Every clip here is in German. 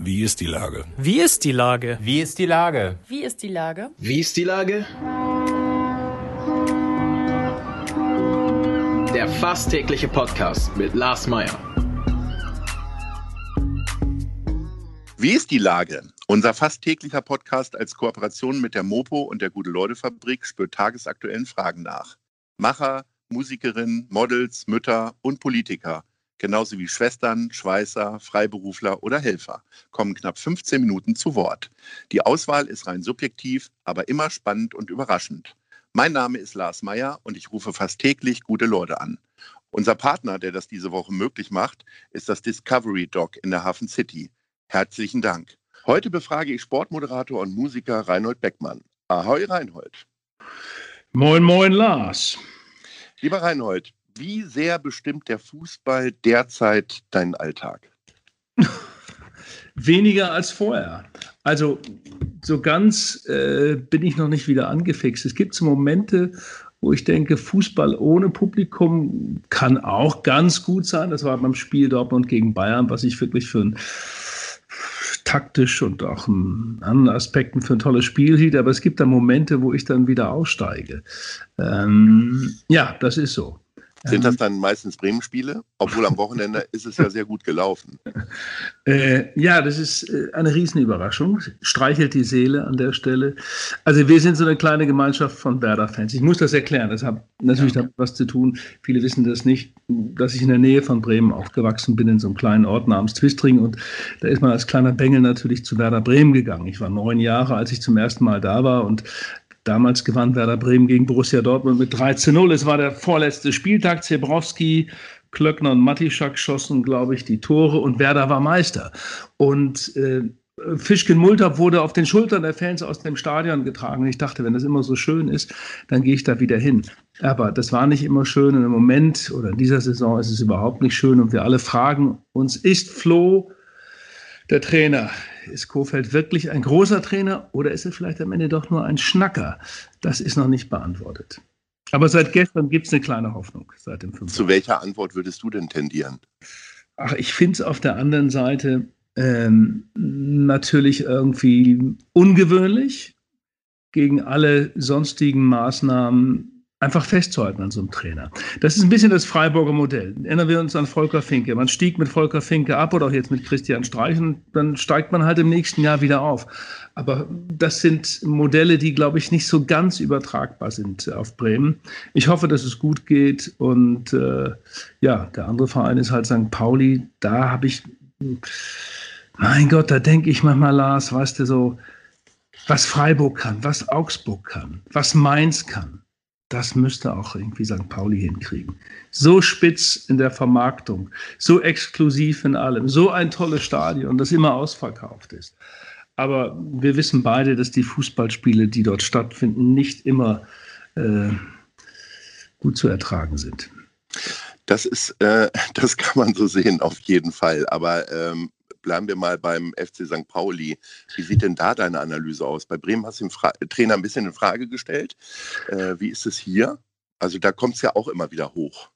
Wie ist die Lage? Wie ist die Lage? Wie ist die Lage? Wie ist die Lage? Wie ist die Lage? Der fast tägliche Podcast mit Lars Meyer. Wie ist die Lage? Unser fast täglicher Podcast als Kooperation mit der Mopo und der Gute-Leute-Fabrik spürt tagesaktuellen Fragen nach. Macher, Musikerinnen, Models, Mütter und Politiker, genauso wie Schwestern, Schweißer, Freiberufler oder Helfer, kommen knapp 15 Minuten zu Wort. Die Auswahl ist rein subjektiv, aber immer spannend und überraschend. Mein Name ist Lars Meyer und ich rufe fast täglich gute Leute an. Unser Partner, der das diese Woche möglich macht, ist das Discovery Dog in der Hafen City. Herzlichen Dank. Heute befrage ich Sportmoderator und Musiker Reinhold Beckmann. Ahoi Reinhold. Moin, moin Lars. Lieber Reinhold, wie sehr bestimmt der Fußball derzeit deinen Alltag? Weniger als vorher. Also so ganz bin ich noch nicht wieder angefixt. Es gibt so Momente, wo ich denke, Fußball ohne Publikum kann auch ganz gut sein. Das war beim Spiel Dortmund gegen Bayern, was ich wirklich für ein taktisch und auch in anderen Aspekten für ein tolles Spiel hielt. Aber es gibt da Momente, wo ich dann wieder aussteige. Ja, das ist so. Sind das dann meistens Bremen-Spiele? Obwohl am Wochenende ist es ja sehr gut gelaufen. Ja, das ist eine Riesenüberraschung. Streichelt die Seele an der Stelle. Also wir sind so eine kleine Gemeinschaft von Werder-Fans. Ich muss das erklären. Das hat natürlich damit was zu tun. Viele wissen das nicht, dass ich in der Nähe von Bremen aufgewachsen bin, in so einem kleinen Ort namens Twistring. Und da ist man als kleiner Bengel natürlich zu Werder Bremen gegangen. Ich war 9 Jahre, als ich zum ersten Mal da war, und damals gewann Werder Bremen gegen Borussia Dortmund mit 3:0. Es war der vorletzte Spieltag. Zebrowski, Klöckner und Matischak schossen, glaube ich, die Tore, und Werder war Meister. Und Fischken-Multap wurde auf den Schultern der Fans aus dem Stadion getragen. Und ich dachte, wenn das immer so schön ist, dann gehe ich da wieder hin. Aber das war nicht immer schön. Und im Moment oder in dieser Saison ist es überhaupt nicht schön. Und wir alle fragen uns, ist Flo der Trainer? Ist Kohfeldt wirklich ein großer Trainer oder ist er vielleicht am Ende doch nur ein Schnacker? Das ist noch nicht beantwortet. Aber seit gestern gibt es eine kleine Hoffnung, seit dem 5. Zu welcher Antwort würdest du denn tendieren? Ach, ich finde es auf der anderen Seite natürlich irgendwie ungewöhnlich, gegen alle sonstigen Maßnahmen einfach festzuhalten an so einem Trainer. Das ist ein bisschen das Freiburger Modell. Erinnern wir uns an Volker Finke. Man stieg mit Volker Finke ab oder auch jetzt mit Christian Streich, und dann steigt man halt im nächsten Jahr wieder auf. Aber das sind Modelle, die, glaube ich, nicht so ganz übertragbar sind auf Bremen. Ich hoffe, dass es gut geht, und ja, der andere Verein ist halt St. Pauli. Da habe ich, mein Gott, da denke ich manchmal, Lars, weißt du, so, was Freiburg kann, was Augsburg kann, was Mainz kann. Das müsste auch irgendwie St. Pauli hinkriegen. So spitz in der Vermarktung, so exklusiv in allem, so ein tolles Stadion, das immer ausverkauft ist. Aber wir wissen beide, dass die Fußballspiele, die dort stattfinden, nicht immer gut zu ertragen sind. Das kann man so sehen, auf jeden Fall. Aber bleiben wir mal beim FC St. Pauli. Wie sieht denn da deine Analyse aus? Bei Bremen hast du den Trainer ein bisschen in Frage gestellt. Wie ist es hier? Also da kommt es ja auch immer wieder hoch.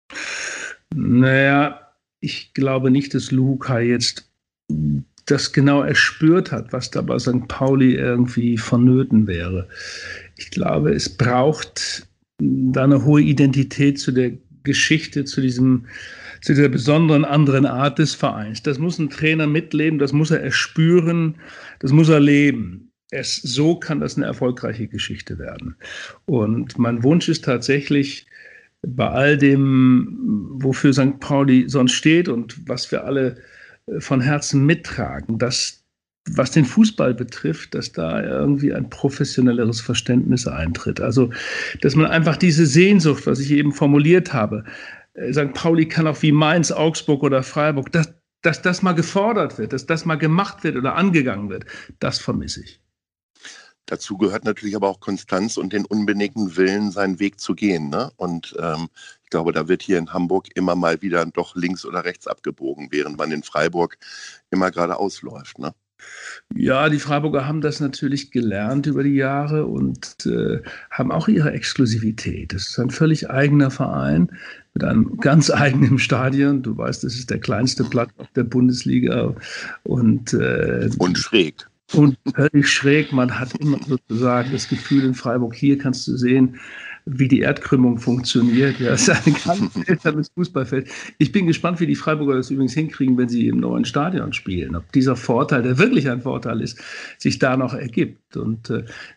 Naja, ich glaube nicht, dass Luhukai jetzt das genau erspürt hat, was da bei St. Pauli irgendwie vonnöten wäre. Ich glaube, es braucht da eine hohe Identität zu der Geschichte, zu dieser besonderen anderen Art des Vereins. Das muss ein Trainer mitleben, das muss er erspüren, das muss er leben. So kann das eine erfolgreiche Geschichte werden. Und mein Wunsch ist tatsächlich, bei all dem, wofür St. Pauli sonst steht und was wir alle von Herzen mittragen, dass, was den Fußball betrifft, dass da irgendwie ein professionelleres Verständnis eintritt. Also, dass man einfach diese Sehnsucht, was ich eben formuliert habe, St. Pauli kann auch wie Mainz, Augsburg oder Freiburg, dass das mal gefordert wird, dass das mal gemacht wird oder angegangen wird, das vermisse ich. Dazu gehört natürlich aber auch Konstanz und den unbedingten Willen, seinen Weg zu gehen. Ne? Und ich glaube, da wird hier in Hamburg immer mal wieder doch links oder rechts abgebogen, während man in Freiburg immer geradeaus läuft. Ne? Ja, die Freiburger haben das natürlich gelernt über die Jahre und haben auch ihre Exklusivität. Das ist ein völlig eigener Verein mit einem ganz eigenen Stadion. Du weißt, das ist der kleinste Platz auf der Bundesliga und schräg. Und völlig schräg. Man hat immer sozusagen das Gefühl in Freiburg, hier kannst du sehen, wie die Erdkrümmung funktioniert. Ja, es ist ein ganz seltsames Fußballfeld. Ich bin gespannt, wie die Freiburger das übrigens hinkriegen, wenn sie im neuen Stadion spielen. Ob dieser Vorteil, der wirklich ein Vorteil ist, sich da noch ergibt. Und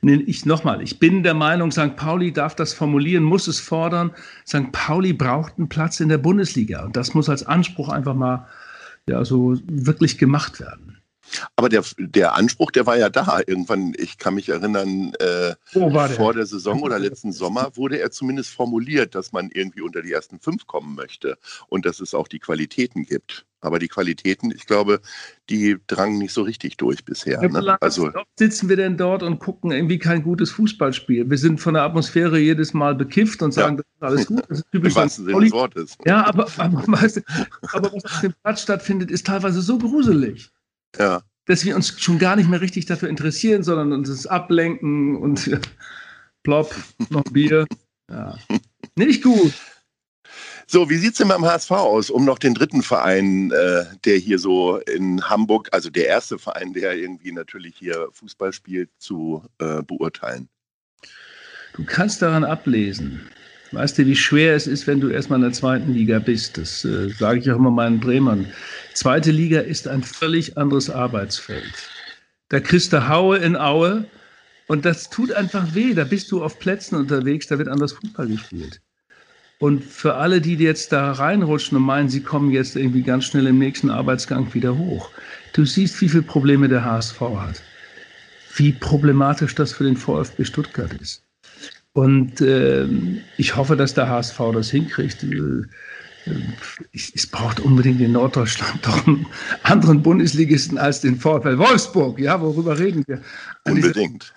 ich bin der Meinung, St. Pauli darf das formulieren, muss es fordern. St. Pauli braucht einen Platz in der Bundesliga. Und das muss als Anspruch einfach mal so wirklich gemacht werden. Aber der Anspruch, der war ja da. Irgendwann, ich kann mich erinnern, vor der Saison oder letzten Sommer wurde er zumindest formuliert, dass man irgendwie unter die ersten 5 kommen möchte und dass es auch die Qualitäten gibt. Aber die Qualitäten, ich glaube, die drangen nicht so richtig durch bisher. Ja, ne? Also sitzen wir denn dort und gucken irgendwie kein gutes Fußballspiel? Wir sind von der Atmosphäre jedes Mal bekifft und sagen, das ist alles gut. Das ist typisch im wahrsten Sinne des Wortes. Ja, aber weißt du, was auf dem Platz stattfindet, ist teilweise so gruselig. Ja. Dass wir uns schon gar nicht mehr richtig dafür interessieren, sondern uns das ablenken und plopp, noch Bier. Ja. Nicht gut. So, wie sieht es denn beim HSV aus, um noch den dritten Verein, der hier so in Hamburg, also der erste Verein, der irgendwie natürlich hier Fußball spielt, zu beurteilen? Du kannst daran ablesen. Weißt du, wie schwer es ist, wenn du erstmal in der zweiten Liga bist? Das sage ich auch immer meinen Bremern. Zweite Liga ist ein völlig anderes Arbeitsfeld. Da kriegst du Haue in Aue und das tut einfach weh. Da bist du auf Plätzen unterwegs, da wird anders Fußball gespielt. Und für alle, die jetzt da reinrutschen und meinen, sie kommen jetzt irgendwie ganz schnell im nächsten Arbeitsgang wieder hoch. Du siehst, wie viele Probleme der HSV hat. Wie problematisch das für den VfB Stuttgart ist. Und ich hoffe, dass der HSV das hinkriegt. Es braucht unbedingt in Norddeutschland doch einen anderen Bundesligisten als den VfL Wolfsburg. Ja, worüber reden wir? Unbedingt.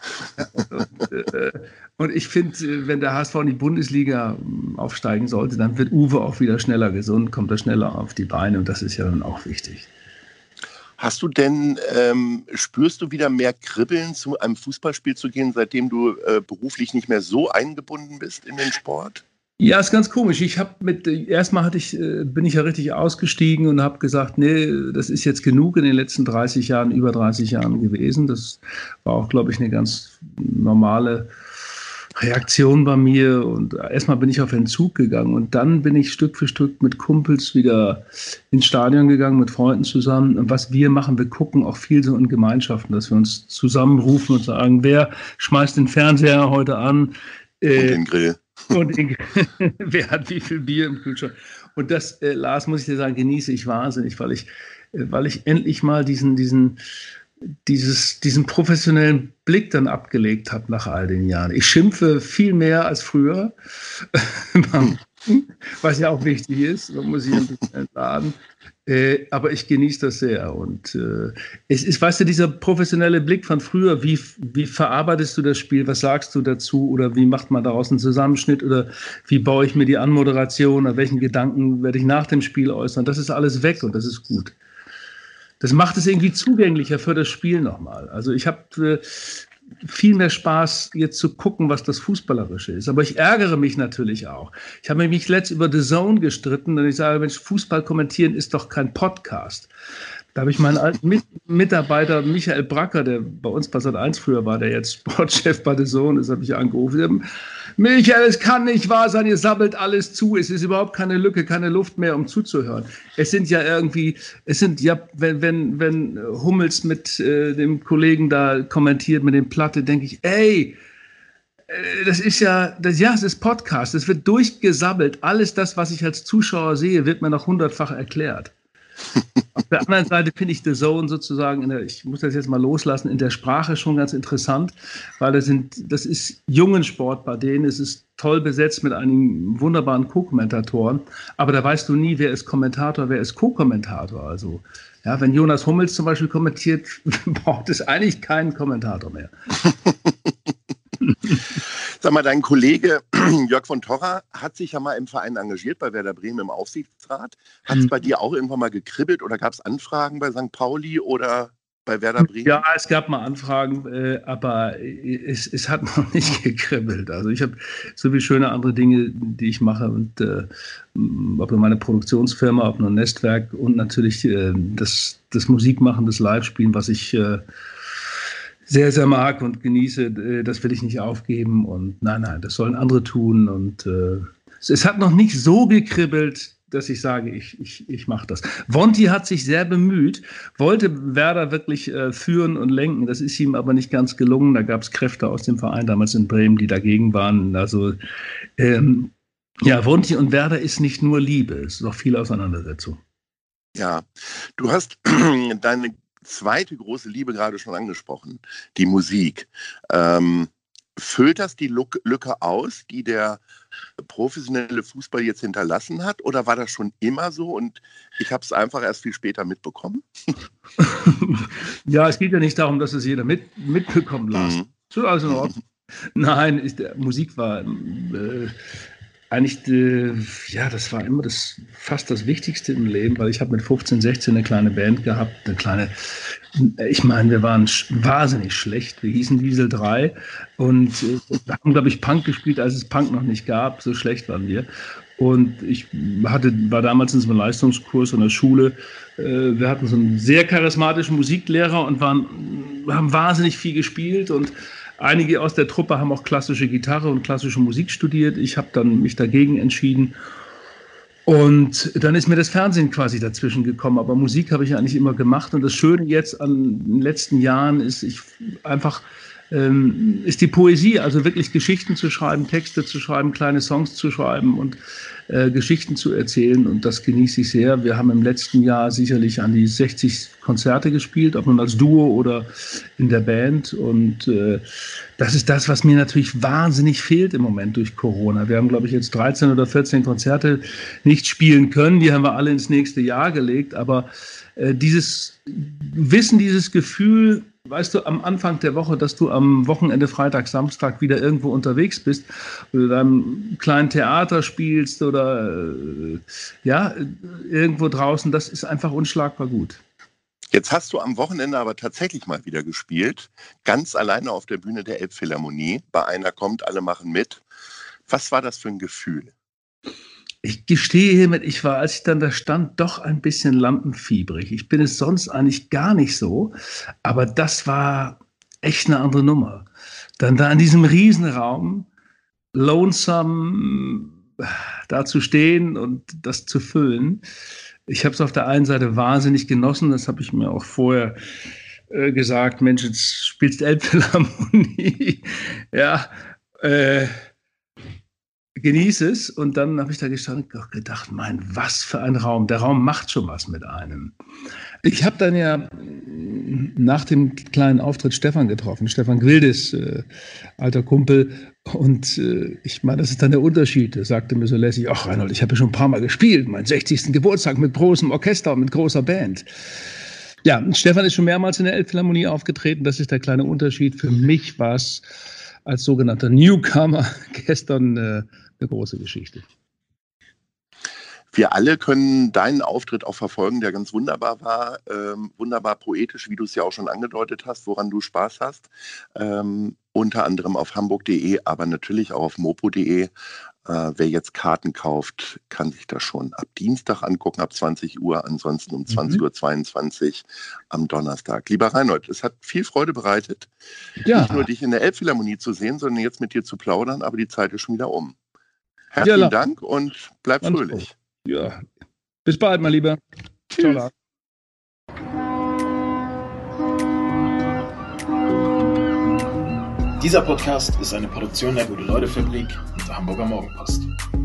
Und ich finde, wenn der HSV in die Bundesliga aufsteigen sollte, dann wird Uwe auch wieder schneller gesund, kommt er schneller auf die Beine und das ist ja dann auch wichtig. Hast du denn, spürst du wieder mehr Kribbeln, zu einem Fußballspiel zu gehen, seitdem du beruflich nicht mehr so eingebunden bist in den Sport? Ja, ist ganz komisch. Erstmal bin ich ja richtig ausgestiegen und habe gesagt, nee, das ist jetzt genug in den letzten über 30 Jahren gewesen. Das war auch, glaube ich, eine ganz normale Reaktion bei mir und erstmal bin ich auf Entzug gegangen und dann bin ich Stück für Stück mit Kumpels wieder ins Stadion gegangen, mit Freunden zusammen und was wir machen, wir gucken auch viel so in Gemeinschaften, dass wir uns zusammenrufen und sagen, wer schmeißt den Fernseher heute an? Und den Grill. Wer hat wie viel Bier im Kühlschrank? Und das, Lars, muss ich dir sagen, genieße ich wahnsinnig, weil ich endlich mal diesen professionellen Blick dann abgelegt habe nach all den Jahren. Ich schimpfe viel mehr als früher, was ja auch wichtig ist, man muss sich ein bisschen entladen. Aber ich genieße das sehr. Und es ist, weißt du, dieser professionelle Blick von früher, wie verarbeitest du das Spiel, was sagst du dazu oder wie macht man daraus einen Zusammenschnitt oder wie baue ich mir die Anmoderation oder welchen Gedanken werde ich nach dem Spiel äußern, das ist alles weg und das ist gut. Das macht es irgendwie zugänglicher für das Spiel nochmal. Also ich habe viel mehr Spaß, jetzt zu gucken, was das Fußballerische ist. Aber ich ärgere mich natürlich auch. Ich habe mich letztens über The Zone gestritten und ich sage, Mensch, Fußball kommentieren ist doch kein Podcast. Da habe ich meinen alten Mitarbeiter Michael Bracker, der bei uns bei Sat.1 früher war, der jetzt Sportchef bei The Zone ist, habe ich angerufen. Michael, es kann nicht wahr sein, ihr sabbelt alles zu. Es ist überhaupt keine Lücke, keine Luft mehr, um zuzuhören. Wenn Hummels mit dem Kollegen da kommentiert, mit dem Platte, denke ich, es ist Podcast. Es wird durchgesabbelt. Alles das, was ich als Zuschauer sehe, wird mir noch 100-fach erklärt. Auf der anderen Seite finde ich The Zone sozusagen, ich muss das jetzt mal loslassen, in der Sprache schon ganz interessant, weil das ist Jungensport bei denen, es ist toll besetzt mit einigen wunderbaren Co-Kommentatoren, aber da weißt du nie, wer ist Kommentator, wer ist Co-Kommentator. Also, ja, wenn Jonas Hummels zum Beispiel kommentiert, braucht es eigentlich keinen Kommentator mehr. Sag mal, dein Kollege Jörg von Torra hat sich ja mal im Verein engagiert, bei Werder Bremen im Aufsichtsrat. Hat es bei dir auch irgendwann mal gekribbelt oder gab es Anfragen bei St. Pauli oder bei Werder Bremen? Ja, es gab mal Anfragen, aber es hat noch nicht gekribbelt. Also ich habe so viele schöne andere Dinge, die ich mache, und ob nur meine Produktionsfirma, ob nur ein Netzwerk und natürlich das Musikmachen, das Live-Spielen, was ich sehr, sehr mag und genieße, das will ich nicht aufgeben. Und nein, das sollen andere tun. Und es hat noch nicht so gekribbelt, dass ich sage, ich mache das. Vonti hat sich sehr bemüht, wollte Werder wirklich führen und lenken. Das ist ihm aber nicht ganz gelungen. Da gab es Kräfte aus dem Verein damals in Bremen, die dagegen waren. Also Vonti und Werder ist nicht nur Liebe, es ist auch viel Auseinandersetzung. Ja, du hast deine zweite große Liebe gerade schon angesprochen, die Musik. Füllt das die Lücke aus, die der professionelle Fußball jetzt hinterlassen hat? Oder war das schon immer so und ich habe es einfach erst viel später mitbekommen? Ja, es geht ja nicht darum, dass es jeder mitbekommen lässt. So, also in Ordnung. Nein, Musik war eigentlich, das war immer fast das Wichtigste im Leben, weil ich habe mit 15, 16 eine kleine Band gehabt, ich meine, wir waren wahnsinnig schlecht, wir hießen Diesel 3 und wir haben, glaube ich, Punk gespielt, als es Punk noch nicht gab, so schlecht waren wir. Und ich war damals in so einem Leistungskurs an der Schule, wir hatten so einen sehr charismatischen Musiklehrer und haben wahnsinnig viel gespielt, und einige aus der Truppe haben auch klassische Gitarre und klassische Musik studiert. Ich habe dann mich dagegen entschieden. Und dann ist mir das Fernsehen quasi dazwischen gekommen. Aber Musik habe ich eigentlich immer gemacht. Und das Schöne jetzt an den letzten Jahren ist, ist die Poesie, also wirklich Geschichten zu schreiben, Texte zu schreiben, kleine Songs zu schreiben und Geschichten zu erzählen, und das genieße ich sehr. Wir haben im letzten Jahr sicherlich an die 60 Konzerte gespielt, ob nun als Duo oder in der Band, und das ist das, was mir natürlich wahnsinnig fehlt im Moment durch Corona. Wir haben, glaube ich, jetzt 13 oder 14 Konzerte nicht spielen können, die haben wir alle ins nächste Jahr gelegt, aber dieses Wissen, dieses Gefühl, weißt du, am Anfang der Woche, dass du am Wochenende, Freitag, Samstag wieder irgendwo unterwegs bist, oder in einem kleinen Theater spielst oder irgendwo draußen, das ist einfach unschlagbar gut. Jetzt hast du am Wochenende aber tatsächlich mal wieder gespielt, ganz alleine auf der Bühne der Elbphilharmonie. Bei Einer kommt, alle machen mit. Was war das für ein Gefühl? Ich gestehe hiermit, ich war, als ich dann da stand, doch ein bisschen lampenfiebrig. Ich bin es sonst eigentlich gar nicht so, aber das war echt eine andere Nummer. Dann da in diesem Riesenraum, lonesome, da zu stehen und das zu füllen. Ich habe es auf der einen Seite wahnsinnig genossen, das habe ich mir auch vorher gesagt, Mensch, jetzt spielst Elbphilharmonie. Ja, genieße es. Und dann habe ich da gestanden und gedacht, was für ein Raum. Der Raum macht schon was mit einem. Ich habe dann ja nach dem kleinen Auftritt Stefan getroffen. Stefan Gwildes, alter Kumpel. Und ich meine, das ist dann der Unterschied. Er sagte mir so lässig, ach Reinhold, ich habe ja schon ein paar Mal gespielt. Meinen 60. Geburtstag mit großem Orchester und mit großer Band. Ja, Stefan ist schon mehrmals in der Elbphilharmonie aufgetreten. Das ist der kleine Unterschied. Für mich war es als sogenannter Newcomer gestern eine große Geschichte. Wir alle können deinen Auftritt auch verfolgen, der ganz wunderbar war, wunderbar poetisch, wie du es ja auch schon angedeutet hast, woran du Spaß hast. Unter anderem auf hamburg.de, aber natürlich auch auf mopo.de. Wer jetzt Karten kauft, kann sich das schon ab Dienstag angucken, ab 20 Uhr, ansonsten um 20.22 Uhr am Donnerstag. Lieber Reinhold, es hat viel Freude bereitet, nicht nur dich in der Elbphilharmonie zu sehen, sondern jetzt mit dir zu plaudern, aber die Zeit ist schon wieder um. Herzlichen Dank und bleib fröhlich. Ja, bis bald, mein Lieber. Tschüss. Ciao. Dieser Podcast ist eine Produktion der Gute-Leute-Fabrik und der Hamburger Morgenpost.